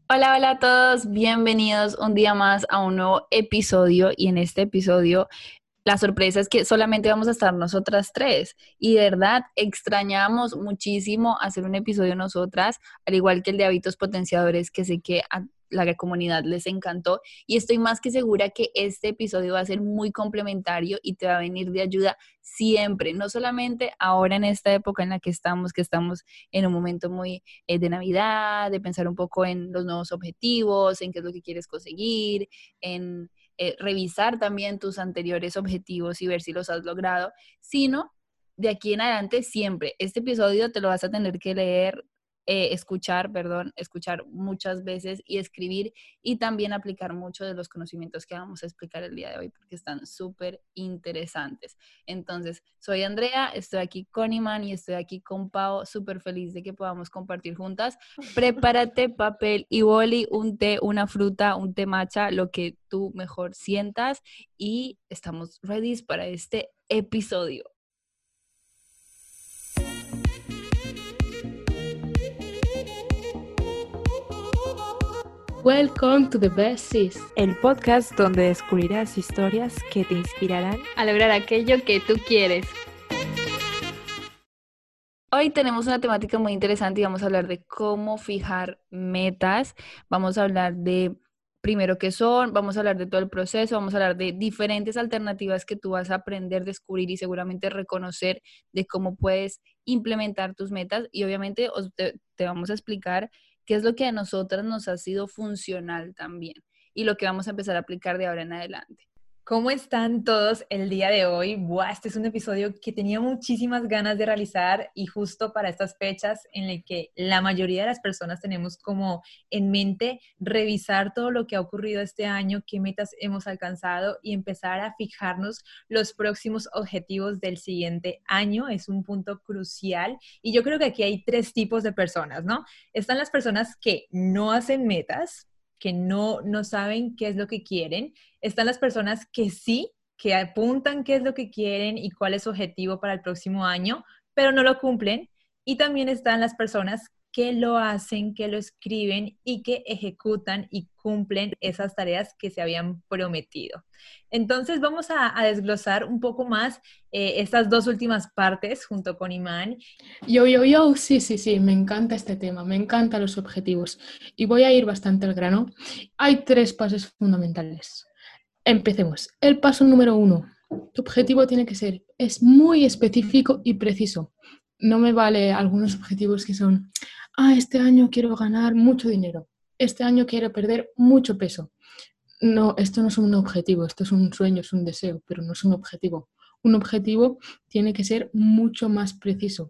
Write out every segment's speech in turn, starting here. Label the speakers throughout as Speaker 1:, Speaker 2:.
Speaker 1: Hola, hola a todos, bienvenidos un día más a un nuevo episodio y en este episodio la sorpresa es que solamente vamos a estar nosotras tres y de verdad extrañamos muchísimo hacer un episodio nosotras, al igual que el de hábitos potenciadores que sé que a la comunidad les encantó y estoy más que segura que este episodio va a ser muy complementario y te va a venir de ayuda siempre, no solamente ahora en esta época en la que estamos en un momento muy de Navidad, de pensar un poco en los nuevos objetivos, en qué es lo que quieres conseguir, en revisar también tus anteriores objetivos y ver si los has logrado, sino de aquí en adelante siempre. Este episodio te lo vas a tener que leer, escuchar muchas veces y escribir y también aplicar mucho de los conocimientos que vamos a explicar el día de hoy porque están súper interesantes. Entonces, soy Andrea, estoy aquí con Iman y estoy aquí con Pau, súper feliz de que podamos compartir juntas. Prepárate papel y boli, un té, una fruta, un té matcha, lo que tú mejor sientas y estamos ready para este episodio.
Speaker 2: Welcome to the Best Sis,
Speaker 3: el podcast donde descubrirás historias que te inspirarán
Speaker 1: a lograr aquello que tú quieres. Hoy tenemos una temática muy interesante y vamos a hablar de cómo fijar metas. Vamos a hablar de primero qué son, vamos a hablar de todo el proceso, vamos a hablar de diferentes alternativas que tú vas a aprender, descubrir y seguramente reconocer de cómo puedes implementar tus metas y obviamente te vamos a explicar qué es lo que a nosotras nos ha sido funcional también y lo que vamos a empezar a aplicar de ahora en adelante.
Speaker 3: ¿Cómo están todos el día de hoy? Buah, este es un episodio que tenía muchísimas ganas de realizar y justo para estas fechas en el que la mayoría de las personas tenemos como en mente revisar todo lo que ha ocurrido este año, qué metas hemos alcanzado y empezar a fijarnos los próximos objetivos del siguiente año. Es un punto crucial y yo creo que aquí hay tres tipos de personas, ¿no? Están las personas que no hacen metas, que no saben qué es lo que quieren. Están las personas que sí, que apuntan qué es lo que quieren y cuál es su objetivo para el próximo año, pero no lo cumplen. Y también están las personas que lo hacen, que lo escriben y que ejecutan y cumplen esas tareas que se habían prometido. Entonces vamos a desglosar un poco más estas dos últimas partes junto con Iman.
Speaker 2: Yo, sí, me encanta este tema, me encantan los objetivos y voy a ir bastante al grano. Hay tres pasos fundamentales. Empecemos. El paso número 1. Tu objetivo tiene que ser, es muy específico y preciso. No me vale algunos objetivos que son, este año quiero ganar mucho dinero, este año quiero perder mucho peso. No, esto no es un objetivo, esto es un sueño, es un deseo, pero no es un objetivo. Un objetivo tiene que ser mucho más preciso.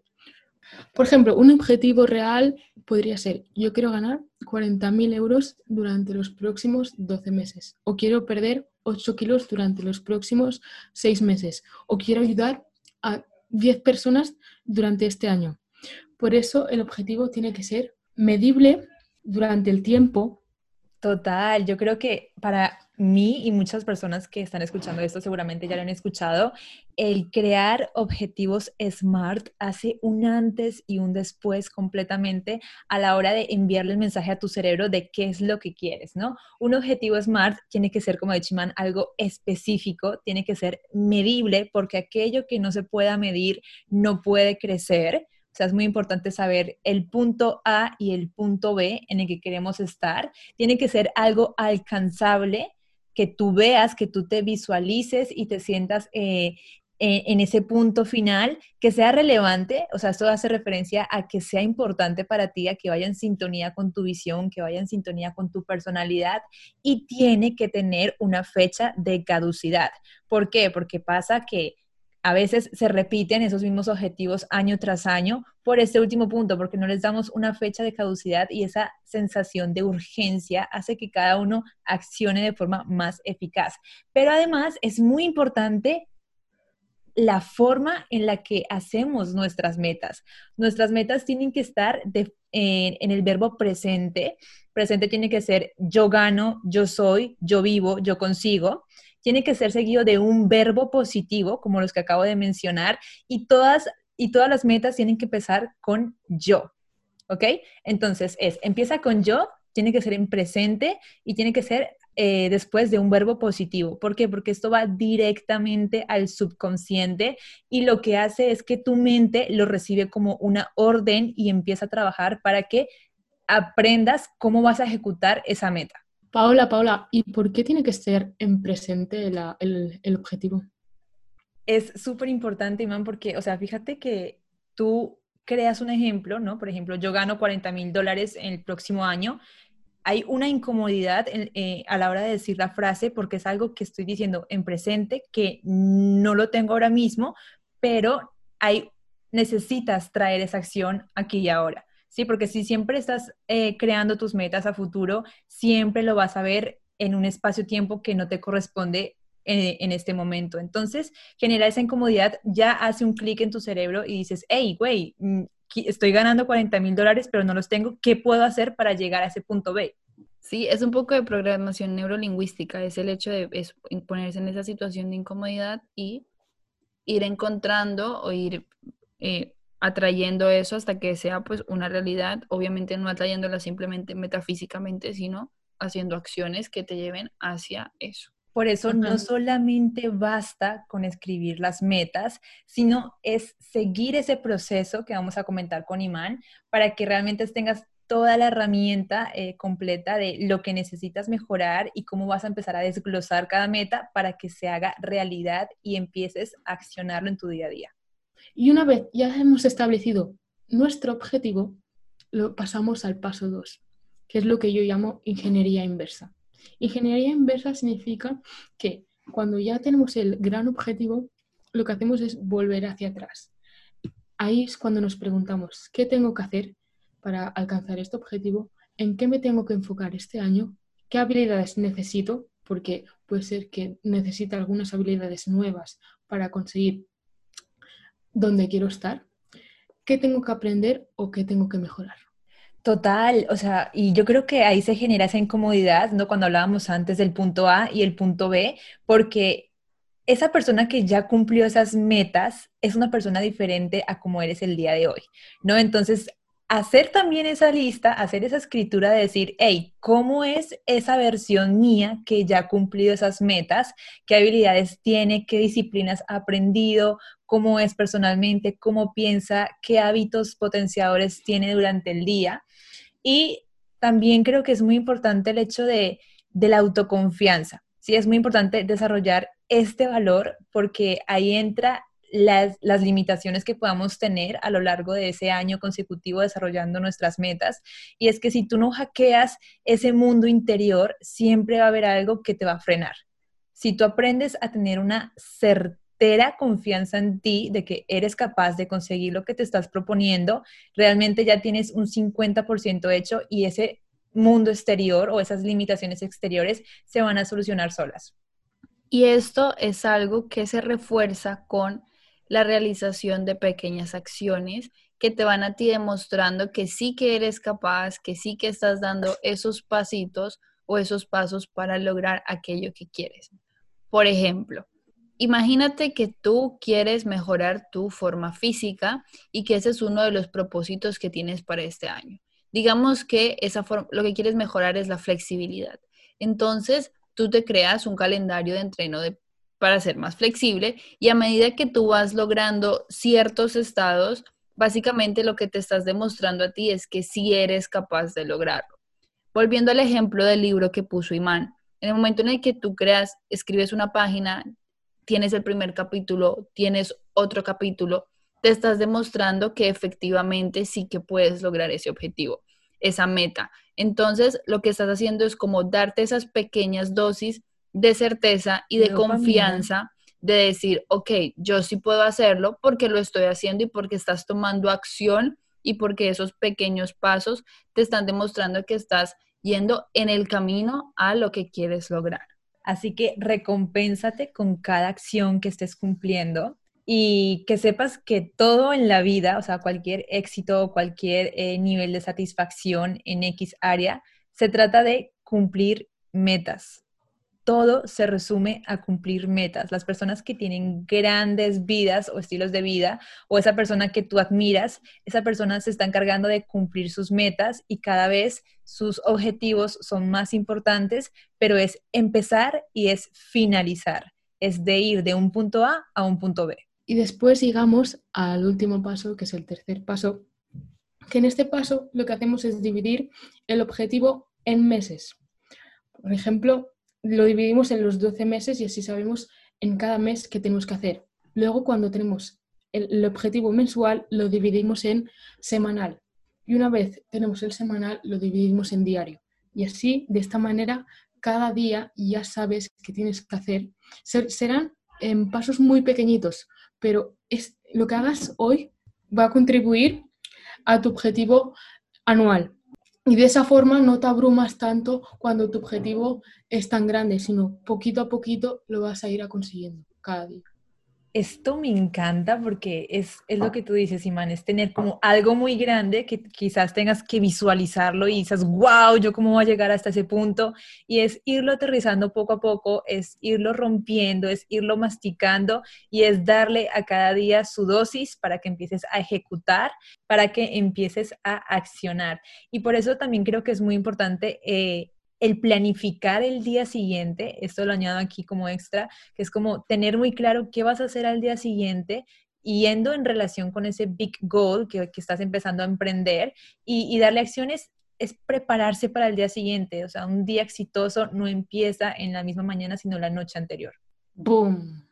Speaker 2: Por ejemplo, un objetivo real podría ser, yo quiero ganar 40.000 euros durante los próximos 12 meses, o quiero perder 8 kilos durante los próximos 6 meses, o quiero ayudar a 10 personas durante este año. Por eso el objetivo tiene que ser medible durante el tiempo.
Speaker 3: Total, yo creo que para mí y muchas personas que están escuchando esto seguramente ya lo han escuchado, el crear objetivos SMART hace un antes y un después completamente a la hora de enviarle el mensaje a tu cerebro de qué es lo que quieres, ¿no? Un objetivo SMART tiene que ser, como de Chimán, algo específico, tiene que ser medible porque aquello que no se pueda medir no puede crecer. O sea, es muy importante saber el punto A y el punto B en el que queremos estar. Tiene que ser algo alcanzable, que tú veas, que tú te visualices y te sientas en ese punto final, que sea relevante. O sea, esto hace referencia a que sea importante para ti, a que vaya en sintonía con tu visión, que vaya en sintonía con tu personalidad y tiene que tener una fecha de caducidad. ¿Por qué? Porque pasa que a veces se repiten esos mismos objetivos año tras año por este último punto, porque no les damos una fecha de caducidad y esa sensación de urgencia hace que cada uno accione de forma más eficaz. Pero además es muy importante la forma en la que hacemos nuestras metas. Nuestras metas tienen que estar en el verbo presente. Presente tiene que ser yo gano, yo soy, yo vivo, yo consigo. Tiene que ser seguido de un verbo positivo, como los que acabo de mencionar, y todas las metas tienen que empezar con yo. ¿Ok? Entonces empieza con yo tiene que ser en presente y tiene que ser después de un verbo positivo. ¿Por qué? Porque esto va directamente al subconsciente y lo que hace es que tu mente lo recibe como una orden y empieza a trabajar para que aprendas cómo vas a ejecutar esa meta.
Speaker 2: Paola, ¿y por qué tiene que ser en presente el objetivo?
Speaker 3: Es súper importante, Iván, porque, o sea, fíjate que tú creas un ejemplo, ¿no? Por ejemplo, yo gano $40,000 en el próximo año. Hay una incomodidad a la hora de decir la frase porque es algo que estoy diciendo en presente, que no lo tengo ahora mismo, pero necesitas traer esa acción aquí y ahora. Sí, porque si siempre estás creando tus metas a futuro, siempre lo vas a ver en un espacio-tiempo que no te corresponde en este momento. Entonces, generar esa incomodidad ya hace un clic en tu cerebro y dices, hey, güey, estoy ganando $40,000, pero no los tengo. ¿Qué puedo hacer para llegar a ese punto B?
Speaker 1: Sí, es un poco de programación neurolingüística, es el hecho de ponerse en esa situación de incomodidad y ir encontrando o ir atrayendo eso hasta que sea pues una realidad, obviamente no atrayéndola simplemente metafísicamente, sino haciendo acciones que te lleven hacia eso.
Speaker 3: Por eso
Speaker 2: Ajá.
Speaker 3: no solamente basta con escribir las metas, sino es seguir ese proceso que vamos a comentar con Imán para que realmente tengas toda la herramienta completa de lo que necesitas mejorar y cómo vas a empezar a desglosar cada meta para que se haga realidad y empieces a accionarlo en tu día a día.
Speaker 2: Y una vez ya hemos establecido nuestro objetivo, lo pasamos al paso 2, que es lo que yo llamo ingeniería inversa. Ingeniería inversa significa que cuando ya tenemos el gran objetivo, lo que hacemos es volver hacia atrás. Ahí es cuando nos preguntamos, ¿qué tengo que hacer para alcanzar este objetivo? ¿En qué me tengo que enfocar este año? ¿Qué habilidades necesito? Porque puede ser que necesite algunas habilidades nuevas para conseguir donde quiero estar. ¿Qué tengo que aprender o qué tengo que mejorar?
Speaker 3: Total, o sea, y yo creo que ahí se genera esa incomodidad, ¿no? Cuando hablábamos antes del punto A y el punto B, porque esa persona que ya cumplió esas metas es una persona diferente a como eres el día de hoy, ¿no? Entonces, hacer también esa lista, hacer esa escritura de decir, hey, ¿cómo es esa versión mía que ya ha cumplido esas metas? ¿Qué habilidades tiene? ¿Qué disciplinas ha aprendido? ¿Cómo es personalmente? ¿Cómo piensa? ¿Qué hábitos potenciadores tiene durante el día? Y también creo que es muy importante el hecho de la autoconfianza. Sí, es muy importante desarrollar este valor porque ahí entra las limitaciones que podamos tener a lo largo de ese año consecutivo desarrollando nuestras metas. Y es que si tú no hackeas ese mundo interior, siempre va a haber algo que te va a frenar. Si tú aprendes a tener una certera confianza en ti de que eres capaz de conseguir lo que te estás proponiendo, realmente ya tienes un 50% hecho y ese mundo exterior o esas limitaciones exteriores se van a solucionar solas.
Speaker 1: Y esto es algo que se refuerza con la realización de pequeñas acciones que te van a ti demostrando que sí que eres capaz, que sí que estás dando esos pasitos o esos pasos para lograr aquello que quieres. Por ejemplo, imagínate que tú quieres mejorar tu forma física y que ese es uno de los propósitos que tienes para este año. Digamos que lo que quieres mejorar es la flexibilidad. Entonces, tú te creas un calendario de entreno para ser más flexible y a medida que tú vas logrando ciertos estados, básicamente lo que te estás demostrando a ti es que sí eres capaz de lograrlo. Volviendo al ejemplo del libro que puso Imán, en el momento en el que tú escribes una página, tienes el primer capítulo, tienes otro capítulo, te estás demostrando que efectivamente sí que puedes lograr ese objetivo, esa meta. Entonces, lo que estás haciendo es como darte esas pequeñas dosis de certeza y de
Speaker 3: Dopamina.
Speaker 1: confianza de decir, ok, yo sí puedo hacerlo porque lo estoy haciendo y porque estás tomando acción y porque esos pequeños pasos te están demostrando que estás yendo en el camino a lo que quieres lograr.
Speaker 3: Así que recompénsate con cada acción que estés cumpliendo y que sepas que todo en la vida, o sea, cualquier éxito, cualquier nivel de satisfacción en X área, se trata de cumplir metas. todo se resume a cumplir metas. Las personas que tienen grandes vidas o estilos de vida, o esa persona que tú admiras, esa persona se está encargando de cumplir sus metas y cada vez sus objetivos son más importantes, pero es empezar y es finalizar. Es de ir de un punto A un punto B.
Speaker 2: Y después llegamos al último paso, que es el tercer paso, que en este paso lo que hacemos es dividir el objetivo en meses. Por ejemplo, lo dividimos en los 12 meses y así sabemos en cada mes qué tenemos que hacer. Luego, cuando tenemos el objetivo mensual, lo dividimos en semanal. Y una vez tenemos el semanal, lo dividimos en diario. Y así, de esta manera, cada día ya sabes qué tienes que hacer. Serán en pasos muy pequeñitos, pero lo que hagas hoy va a contribuir a tu objetivo anual. Y de esa forma no te abrumas tanto cuando tu objetivo es tan grande, sino poquito a poquito lo vas a ir consiguiendo cada día.
Speaker 3: Esto me encanta porque es lo que tú dices, Imán, es tener como algo muy grande que quizás tengas que visualizarlo y dices, wow, ¿yo cómo voy a llegar hasta ese punto? Y es irlo aterrizando poco a poco, es irlo rompiendo, es irlo masticando y es darle a cada día su dosis para que empieces a ejecutar, para que empieces a accionar. Y por eso también creo que es muy importante el planificar el día siguiente, esto lo añado aquí como extra, que es como tener muy claro qué vas a hacer al día siguiente, yendo en relación con ese big goal que estás empezando a emprender y darle acciones es prepararse para el día siguiente. O sea, un día exitoso no empieza en la misma mañana, sino la noche anterior.
Speaker 2: ¡Boom!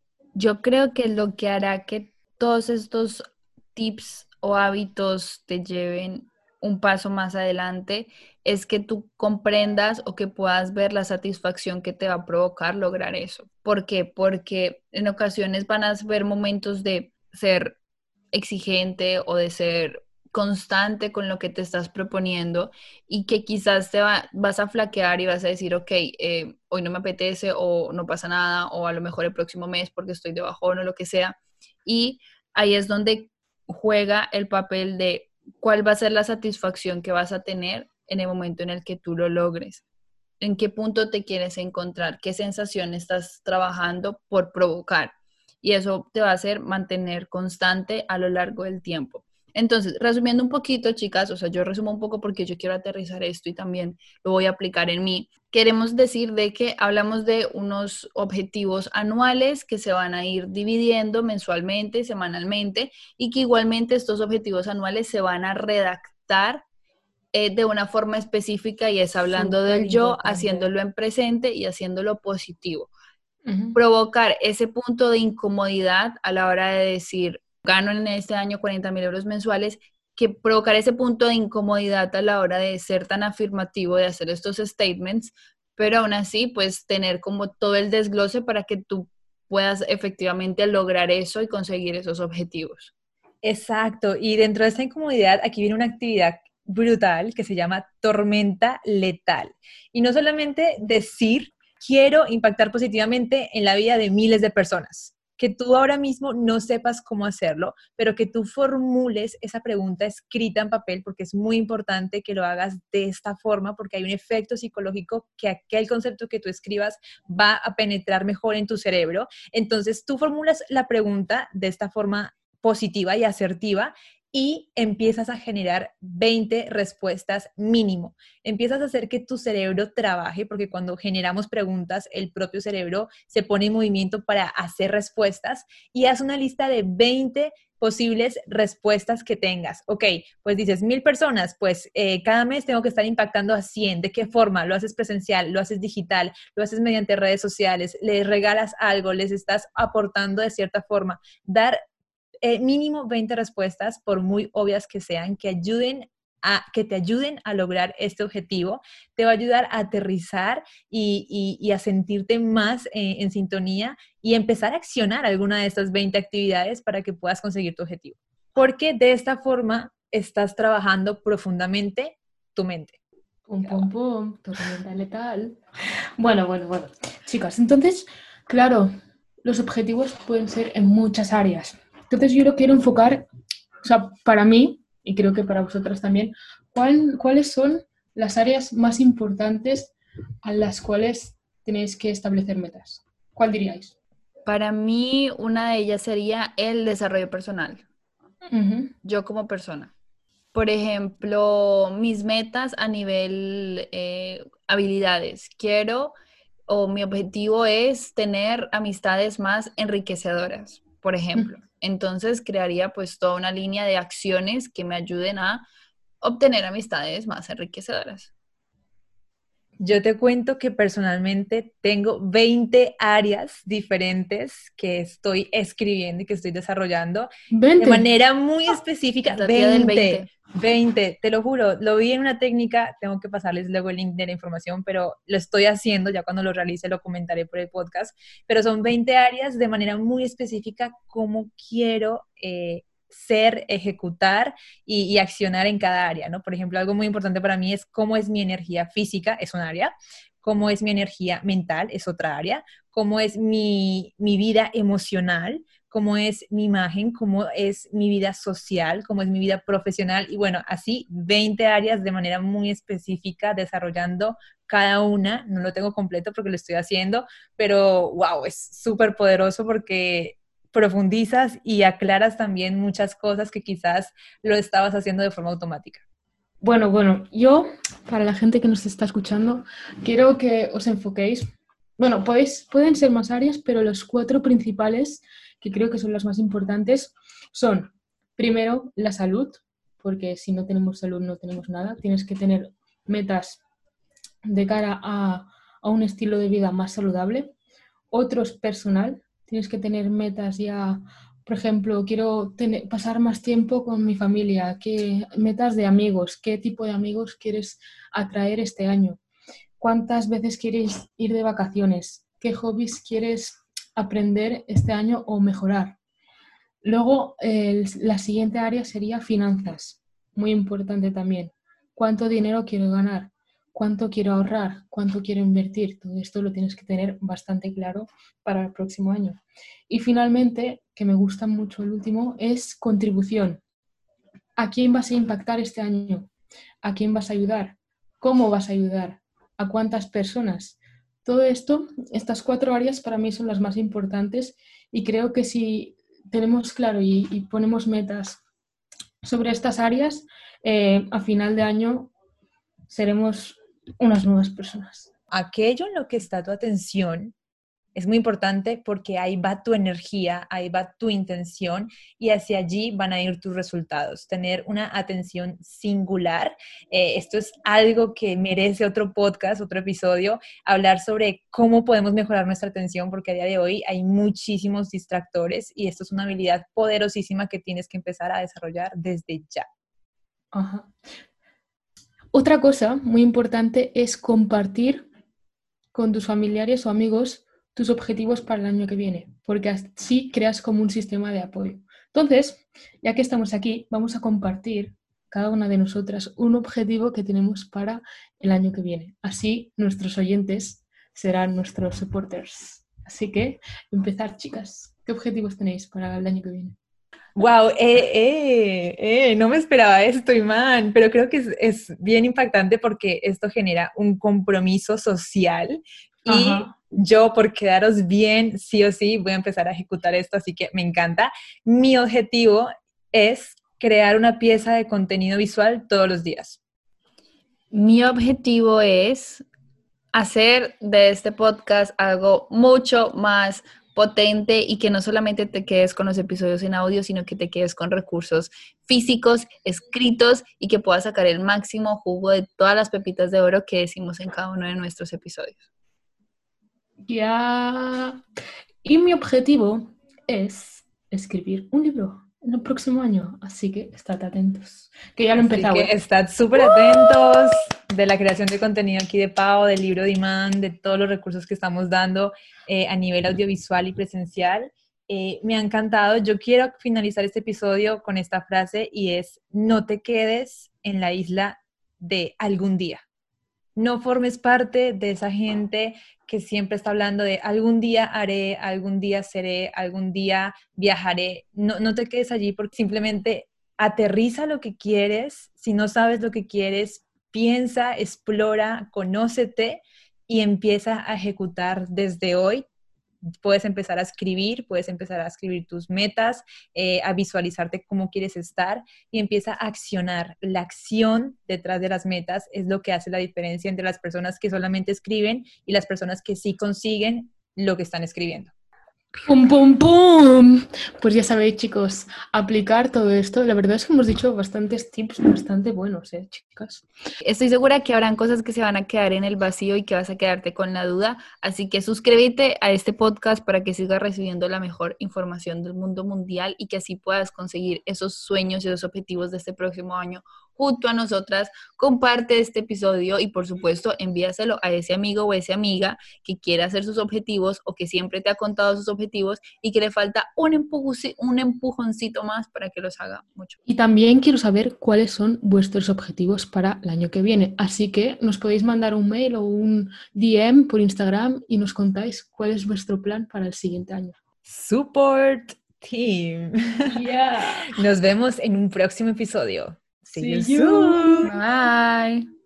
Speaker 1: Yo creo que lo que hará que todos estos tips o hábitos te lleven un paso más adelante es que tú comprendas o que puedas ver la satisfacción que te va a provocar lograr eso. ¿Por qué? Porque en ocasiones van a haber momentos de ser exigente o de ser constante con lo que te estás proponiendo y que quizás vas a flaquear y vas a decir, ok, hoy no me apetece o no pasa nada o a lo mejor el próximo mes porque estoy de bajón o lo que sea. Y ahí es donde juega el papel de cuál va a ser la satisfacción que vas a tener en el momento en el que tú lo logres. ¿En qué punto te quieres encontrar? ¿Qué sensación estás trabajando por provocar? Y eso te va a hacer mantener constante a lo largo del tiempo. Entonces, resumiendo un poquito, chicas, o sea, yo resumo un poco porque yo quiero aterrizar esto y también lo voy a aplicar en mí. Queremos decir de que hablamos de unos objetivos anuales que se van a ir dividiendo mensualmente, semanalmente, y que igualmente estos objetivos anuales se van a redactar de una forma específica y es hablando del yo, haciéndolo en presente y haciéndolo positivo. Provocar ese punto de incomodidad a la hora de decir, gano en este año 40,000 euros mensuales, que provocar ese punto de incomodidad a la hora de ser tan afirmativo, de hacer estos statements, pero aún así, pues tener como todo el desglose para que tú puedas efectivamente lograr eso y conseguir esos objetivos.
Speaker 3: Exacto, y dentro de esta incomodidad, aquí viene una actividad brutal que se llama tormenta letal. Y no solamente decir, quiero impactar positivamente en la vida de miles de personas, que tú ahora mismo no sepas cómo hacerlo, pero que tú formules esa pregunta escrita en papel, porque es muy importante que lo hagas de esta forma, porque hay un efecto psicológico que aquel concepto que tú escribas va a penetrar mejor en tu cerebro. Entonces tú formulas la pregunta de esta forma positiva y asertiva y empiezas a generar 20 respuestas mínimo. Empiezas a hacer que tu cerebro trabaje, porque cuando generamos preguntas, el propio cerebro se pone en movimiento para hacer respuestas y haz una lista de 20 posibles respuestas que tengas. Ok, pues dices 1,000 personas, pues cada mes tengo que estar impactando a 100. ¿De qué forma? ¿Lo haces presencial? ¿Lo haces digital? ¿Lo haces mediante redes sociales? ¿Les regalas algo? ¿Les estás aportando de cierta forma? Dar mínimo 20 respuestas, por muy obvias que sean, que te ayuden a lograr este objetivo. Te va a ayudar a aterrizar y a sentirte más en sintonía y empezar a accionar alguna de estas 20 actividades para que puedas conseguir tu objetivo. Porque de esta forma estás trabajando profundamente tu mente.
Speaker 2: Pum, pum, pum, tormenta letal. Bueno. Chicas, entonces, claro, los objetivos pueden ser en muchas áreas. Entonces yo lo quiero enfocar, o sea, para mí, y creo que para vosotras también, ¿cuáles son las áreas más importantes a las cuales tenéis que establecer metas. ¿Cuál diríais?
Speaker 1: Para mí, una de ellas sería el desarrollo personal, yo como persona. Por ejemplo, mis metas a nivel habilidades. Mi objetivo es tener amistades más enriquecedoras, por ejemplo. Entonces, crearía pues toda una línea de acciones que me ayuden a obtener amistades más enriquecedoras.
Speaker 3: Yo te cuento que personalmente tengo 20 áreas diferentes que estoy escribiendo y que estoy desarrollando de
Speaker 2: 20.
Speaker 3: manera muy específica.
Speaker 1: Es la tía del
Speaker 3: 20, 20, te lo juro. Lo vi en una técnica, tengo que pasarles luego el link de la información, pero lo estoy haciendo, ya cuando lo realice lo comentaré por el podcast. Pero son 20 áreas de manera muy específica cómo quiero ser, ejecutar y accionar en cada área, ¿no? Por ejemplo, algo muy importante para mí es cómo es mi energía física, es un área, cómo es mi energía mental, es otra área, cómo es mi vida emocional, cómo es mi imagen, cómo es mi vida social, cómo es mi vida profesional y bueno, así 20 áreas de manera muy específica desarrollando cada una, no lo tengo completo porque lo estoy haciendo, pero wow, es súper poderoso porque profundizas y aclaras también muchas cosas que quizás lo estabas haciendo de forma automática.
Speaker 2: Bueno, yo, para la gente que nos está escuchando, quiero que os enfoquéis. Bueno, pueden ser más áreas, pero los 4 principales, que creo que son las más importantes, son, primero, la salud, porque si no tenemos salud no tenemos nada. Tienes que tener metas de cara a un estilo de vida más saludable. Otro es personal, tienes que tener metas ya, por ejemplo, quiero pasar más tiempo con mi familia, qué metas de amigos, qué tipo de amigos quieres atraer este año, cuántas veces quieres ir de vacaciones, qué hobbies quieres aprender este año o mejorar. Luego, la siguiente área sería finanzas, muy importante también. ¿Cuánto dinero quiero ganar? ¿Cuánto quiero ahorrar? ¿Cuánto quiero invertir? Todo esto lo tienes que tener bastante claro para el próximo año. Y finalmente, que me gusta mucho el último, es contribución. ¿A quién vas a impactar este año? ¿A quién vas a ayudar? ¿Cómo vas a ayudar? ¿A cuántas personas? Todo esto, estas 4 áreas para mí son las más importantes y creo que si tenemos claro y ponemos metas sobre estas áreas, a final de año seremos unas nuevas personas.
Speaker 3: Aquello en lo que está tu atención es muy importante porque ahí va tu energía, ahí va tu intención y hacia allí van a ir tus resultados. Tener una atención singular, esto es algo que merece otro podcast, otro episodio, hablar sobre cómo podemos mejorar nuestra atención porque a día de hoy hay muchísimos distractores y esto es una habilidad poderosísima que tienes que empezar a desarrollar desde ya.
Speaker 2: Ajá. Otra cosa muy importante es compartir con tus familiares o amigos tus objetivos para el año que viene, porque así creas como un sistema de apoyo. Entonces, ya que estamos aquí, vamos a compartir cada una de nosotras un objetivo que tenemos para el año que viene. Así nuestros oyentes serán nuestros supporters. Así que, empezar, chicas. ¿Qué objetivos tenéis para el año que viene?
Speaker 3: Wow, no me esperaba esto, Iman, pero creo que es bien impactante porque esto genera un compromiso social y
Speaker 2: Ajá.
Speaker 3: yo por quedaros bien, sí o sí, voy a empezar a ejecutar esto, así que me encanta. Mi objetivo es crear una pieza de contenido visual todos los días.
Speaker 1: Mi objetivo es hacer de este podcast algo mucho más potente y que no solamente te quedes con los episodios en audio, sino que te quedes con recursos físicos, escritos y que puedas sacar el máximo jugo de todas las pepitas de oro que decimos en cada uno de nuestros episodios.
Speaker 2: Ya. Y mi objetivo es escribir un libro en el próximo año, así que estad atentos, que ya lo he
Speaker 3: Así
Speaker 2: empezado.
Speaker 3: que estad súper atentos de la creación de contenido aquí de Pau, del libro de Iman, de todos los recursos que estamos dando a nivel audiovisual y presencial. Me ha encantado. Yo quiero finalizar este episodio con esta frase y es, no te quedes en la isla de algún día. No formes parte de esa gente que siempre está hablando de algún día haré, algún día seré, algún día viajaré. No te quedes allí porque simplemente aterriza lo que quieres. Si no sabes lo que quieres, piensa, explora, conócete y empieza a ejecutar desde hoy. Puedes empezar a escribir tus metas, a visualizarte cómo quieres estar y empieza a accionar. La acción detrás de las metas es lo que hace la diferencia entre las personas que solamente escriben y las personas que sí consiguen lo que están escribiendo.
Speaker 2: ¡Pum, pum, pum! Pues ya sabéis, chicos, aplicar todo esto. La verdad es que hemos dicho bastantes tips bastante buenos, chicas.
Speaker 1: Estoy segura que habrán cosas que se van a quedar en el vacío y que vas a quedarte con la duda, así que suscríbete a este podcast para que sigas recibiendo la mejor información del mundo mundial y que así puedas conseguir esos sueños y esos objetivos de este próximo año junto a nosotras. Comparte este episodio y por supuesto envíaselo a ese amigo o esa amiga que quiera hacer sus objetivos o que siempre te ha contado sus objetivos y que le falta un empujoncito más para que los haga mucho.
Speaker 2: Y también quiero saber cuáles son vuestros objetivos para el año que viene. Así que nos podéis mandar un mail o un DM por Instagram y nos contáis cuál es vuestro plan para el siguiente año.
Speaker 3: Support Team.
Speaker 2: Yeah.
Speaker 3: Nos vemos en un próximo episodio. See you
Speaker 2: See you.
Speaker 3: soon.
Speaker 1: Bye.